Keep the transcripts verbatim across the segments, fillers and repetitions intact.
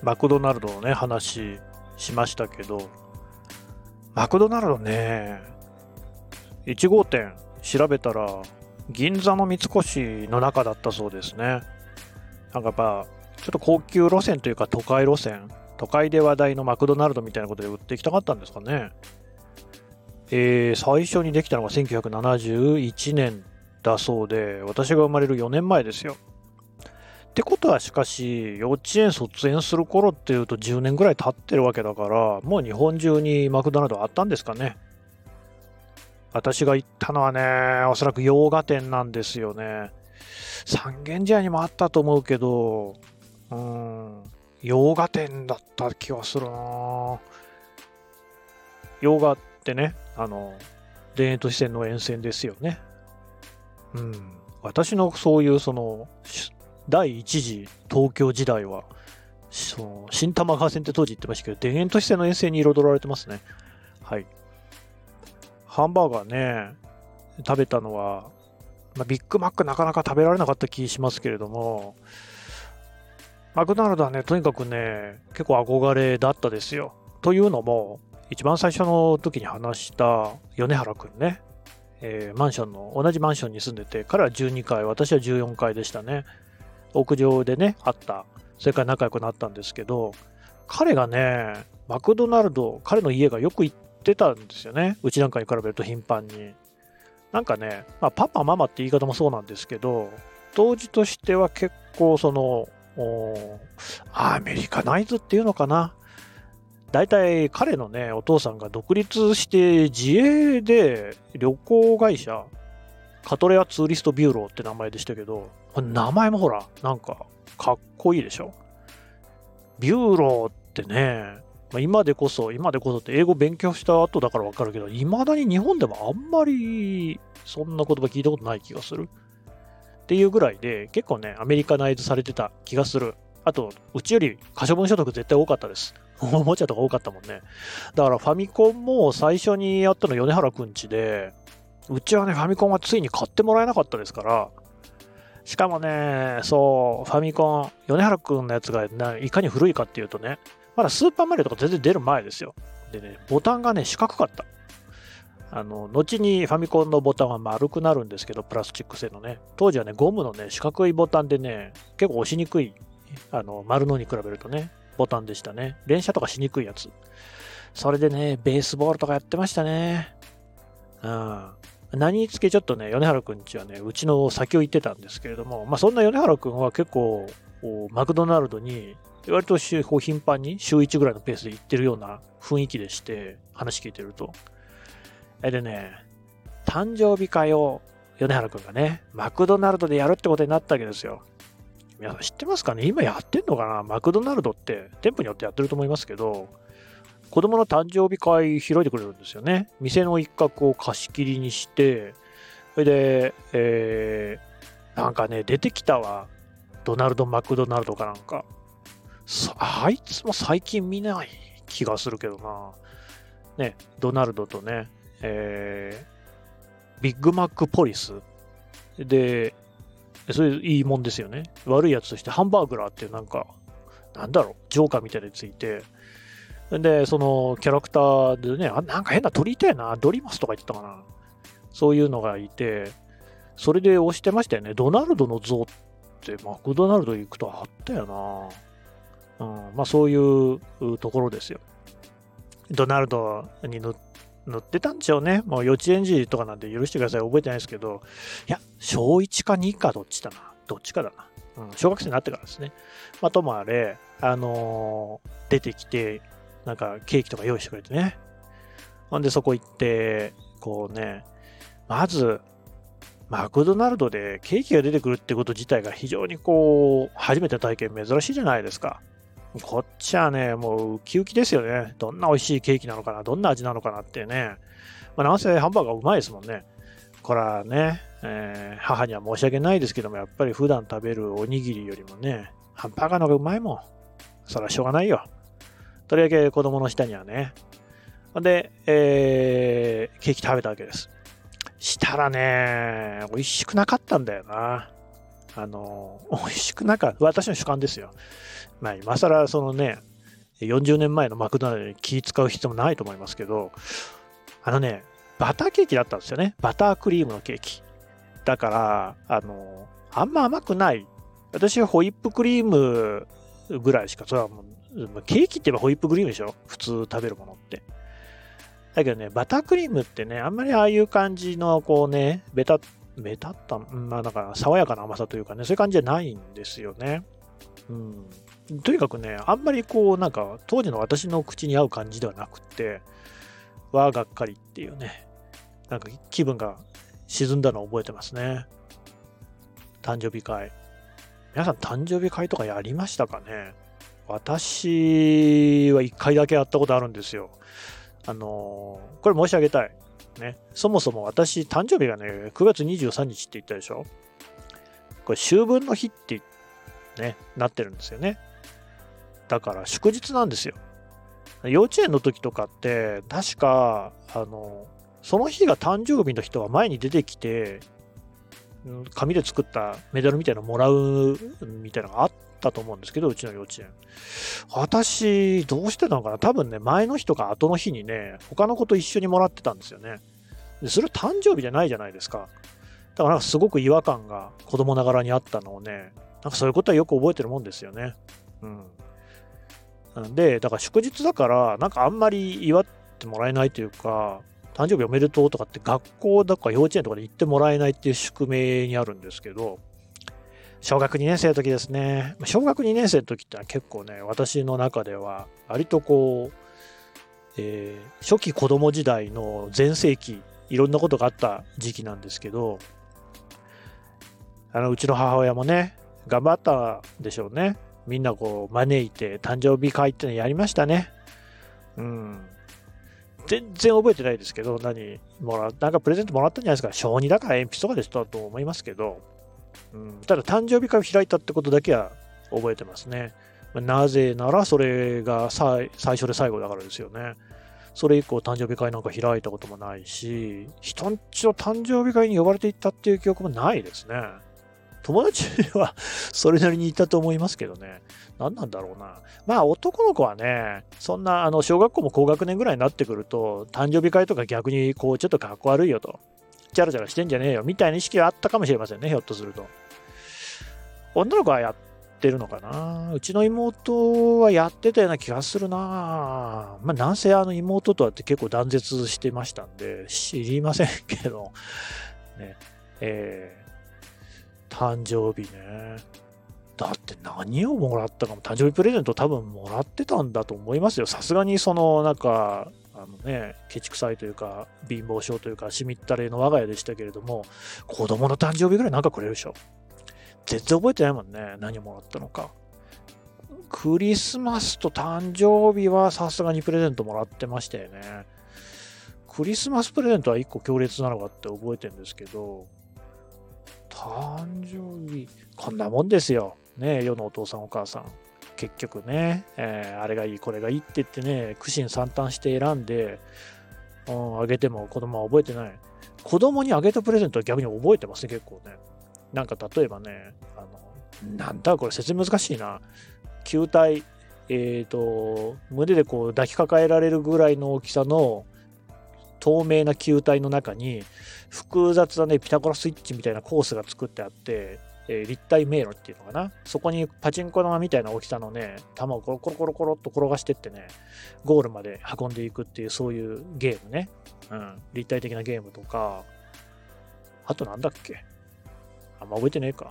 マクドナルドのね、話しましたけど、マクドナルドね、いち号店調べたら、銀座の三越の中だったそうですね。なんかやっぱ、ちょっと高級路線というか都会路線、都会で話題のマクドナルドみたいなことで売っていきたかったんですかね。えー、最初にできたのがせんきゅうひゃくななじゅういちねんだそうで、私が生まれるよねんまえですよ。ってことはしかし、幼稚園卒園する頃っていうとじゅうねんぐらい経ってるわけだから、もう日本中にマクドナルドあったんですかね。私が行ったのはね、おそらく洋画店なんですよね。三軒茶屋にもあったと思うけど、うーん、洋画店だった気がするな。洋画ってね、あの、田園都市線の沿線ですよね。うん。私のそういうその、第一次東京時代は、その新玉川線って当時言ってましたけど、田園都市線の沿線に彩られてますね。はい。ハンバーガーね、食べたのは、まあ、ビッグマックなかなか食べられなかった気しますけれども、マクドナルドはね、とにかくね、結構憧れだったですよ。というのも、一番最初の時に話した米原くんね、えーマンションの、同じマンションに住んでて、彼はじゅうにかい、私はじゅうよんかいでしたね。屋上でね、会った。それから仲良くなったんですけど、彼がね、マクドナルド、彼の家がよく行ってたんですよね。うちなんかに比べると頻繁に。なんかね、まあ、パパ、ママって言い方もそうなんですけど、当時としては結構その、おアメリカナイズっていうのかな。大体彼のね、お父さんが独立して自営で旅行会社、カトレアツーリストビューローって名前でしたけど、名前もほら、なんかかっこいいでしょ。ビューローってね、まあ、今でこそ、今でこそって英語勉強した後だからわかるけど、未だに日本でもあんまりそんな言葉聞いたことない気がする。っていうぐらいで、結構ね、アメリカナイズされてた気がする。あと、うちより可処分所得絶対多かったです。おもちゃとか多かったもんね。だからファミコンも最初にやったの米原くんちで、うちはね、ファミコンはついに買ってもらえなかったですから、しかもね、そう、ファミコン、米原くんのやつがいかに古いかっていうとね、まだスーパーマリオとか全然出る前ですよ。でね、ボタンがね、四角かった。あの、後にファミコンのボタンは丸くなるんですけど、プラスチック製のね。当時はね、ゴムのね、四角いボタンでね、結構押しにくい、あの、丸のに比べるとね、ボタンでしたね。連射とかしにくいやつ。それでね、ベースボールとかやってましたね。うん。何につけちょっとね、米原くんちはね、うちの先を行ってたんですけれども、まあそんな米原くんは結構、マクドナルドに、割と週頻繁に週いちぐらいのペースで行ってるような雰囲気でして、話聞いてると。でね、誕生日会を米原くんがね、マクドナルドでやるってことになったわけですよ。皆さん知ってますかね？今やってんのかな？マクドナルドって店舗によってやってると思いますけど、子供の誕生日会開いてくれるんですよね。店の一角を貸し切りにして、それで、えー、なんかね、出てきたわ。ドナルド・マクドナルドかなんか。あいつも最近見ない気がするけどな。ね、ドナルドとね、えー、ビッグマックポリス。で、それいいもんですよね。悪いやつとしてハンバーグラーっていうなんか、なんだろう、ジョーカーみたいなやついて、で、そのキャラクターでね、あなんか変な鳥いたよな、ドリマスとか言ってたかな。そういうのがいて、それで押してましたよね。ドナルドの像ってマクドナルド行くとあったよな。うん、まあそういうところですよ。ドナルドに塗ってたんでしょうね。もう幼稚園児とかなんで許してください。覚えてないですけど、いや、小いちかにかどっちだな。どっちかだな。うん、小学生になってからですね。まあともあれ、あのー、出てきて、なんかケーキとか用意してくれてね。ほんでそこ行って、こうね、まず、マクドナルドでケーキが出てくるってこと自体が非常にこう、初めての体験珍しいじゃないですか。こっちはね、もうウキウキですよね。どんな美味しいケーキなのかな、どんな味なのかなってね。まあ、なんせハンバーガーうまいですもんね。これはね、えー、母には申し訳ないですけども、やっぱり普段食べるおにぎりよりもね、ハンバーガーの方がうまいもん。それはしょうがないよ。とりわけ子供の下にはね。で、えー、ケーキ食べたわけです。したらね、美味しくなかったんだよな。 あの、美味しくなかった。私の主観ですよ。まあ、今更そのね、よんじゅうねんまえのマクドナルドに気使う必要もないと思いますけど、あのね、バターケーキだったんですよね。バタークリームのケーキ。だから、あの、あんま甘くない。私はホイップクリームぐらいしか、それはもう、ケーキって言えばホイップクリームでしょ、普通食べるものって。だけどね、バタークリームってね、あんまりああいう感じの、こうね、ベタ、ベタった、まあなんか爽やかな甘さというかね、そういう感じじゃないんですよね。うん。とにかくね、あんまりこう、なんか、当時の私の口に合う感じではなくて、わーがっかりっていうね、なんか気分が沈んだのを覚えてますね。誕生日会。皆さん誕生日会とかやりましたかね？私はいっかいだけやったことあるんですよ。あのーこれ申し上げたい。ね。そもそも私、誕生日がね、くがつにじゅうさんにちって言ったでしょ？これ秋分の日ってね、なってるんですよね。だから祝日なんですよ。幼稚園の時とかって、確か、あの、その日が誕生日の人は前に出てきて、紙で作ったメダルみたいなのもらうみたいなのがあったと思うんですけど、うちの幼稚園。私、どうしてたのかな、多分ね、前の日とか後の日にね、他の子と一緒にもらってたんですよね。でそれ誕生日じゃないじゃないですか。だからすごく違和感が子供ながらにあったのをね、なんかそういうことはよく覚えてるもんですよね。うん。なんで、だから祝日だから、なんかあんまり祝ってもらえないというか、誕生日おめでとうとかって学校だか幼稚園とかで言ってもらえないっていう宿命にあるんですけど、小学にねん生の時ですね。小学にねん生の時ってのは結構ね、私の中では、割とこう、えー初期子供時代の全盛期、いろんなことがあった時期なんですけど、あの、うちの母親もね、頑張ったでしょうね。みんなこう、招いて誕生日会ってのやりましたね。うん。全然覚えてないですけど、何もらなんかプレゼントもらったんじゃないですか。小にだから鉛筆とかでしたと思いますけど、うん、ただ誕生日会を開いたってことだけは覚えてますね。なぜならそれが最初で最後だからですよね。それ以降誕生日会なんか開いたこともないし、人んちの誕生日会に呼ばれていったっていう記憶もないですね。友達はそれなりにいたと思いますけどね。何なんだろうな。まあ男の子はね、そんなあの小学校も高学年ぐらいになってくると、誕生日会とか逆にこうちょっとかっこ悪いよと。チャラチャラしてんじゃねえよみたいな意識があったかもしれませんね、ひょっとすると。女の子はやってるのかな。うちの妹はやってたような気がするな。まあなんせあの妹とはって結構断絶してましたんで、知りませんけど、ね。えー誕生日ね。だって何をもらったかも、誕生日プレゼント多分もらってたんだと思いますよ。さすがにその、なんか、あのね、ケチくさいというか、貧乏症というか、しみったれの我が家でしたけれども、子供の誕生日ぐらいなんかくれるでしょ。全然覚えてないもんね。何をもらったのか。クリスマスと誕生日はさすがにプレゼントもらってましたよね。クリスマスプレゼントはいっこ強烈なのがあって覚えてるんですけど、誕生日、こんなもんですよ。ね、世のお父さんお母さん。結局ね、えーあれがいい、これがいいって言ってね、苦心惨憺して選んで、うん、あげても子供は覚えてない。子供にあげたプレゼントは逆に覚えてますね、結構ね。なんか例えばね、あの、なんだこれ説明難しいな。球体、えっと、胸でこう抱きかかえられるぐらいの大きさの透明な球体の中に複雑なねピタゴラスイッチみたいなコースが作ってあって、えー立体迷路っていうのかな、そこにパチンコ玉みたいな大きさのね球をコロコロコロコロっと転がしてってねゴールまで運んでいくっていう、そういうゲームね、うん、立体的なゲームとか、あとなんだっけ、あんま覚えてねえか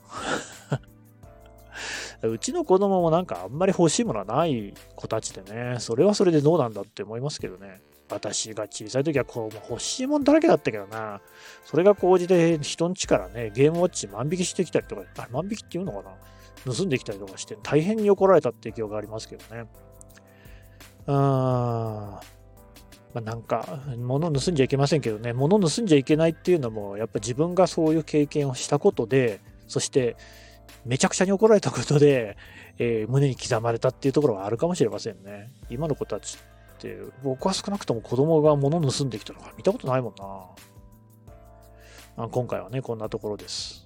うちの子供もなんかあんまり欲しいものはない子たちでね、それはそれでどうなんだって思いますけどね。私が小さい時はこう欲しいもんだらけだったけどな。それが高じて人ん家からね、ゲームウォッチ万引きしてきたりとか、あ、万引きっていうのかな、盗んできたりとかして大変に怒られたっていう記憶がありますけどね。うーん。まあ、なんか、物盗んじゃいけませんけどね、物盗んじゃいけないっていうのも、やっぱ自分がそういう経験をしたことで、そして、めちゃくちゃに怒られたことで、えー胸に刻まれたっていうところはあるかもしれませんね。今の子たちって、僕は少なくとも子供が物盗んできたのか見たことないもんな。あ今回はね、こんなところです。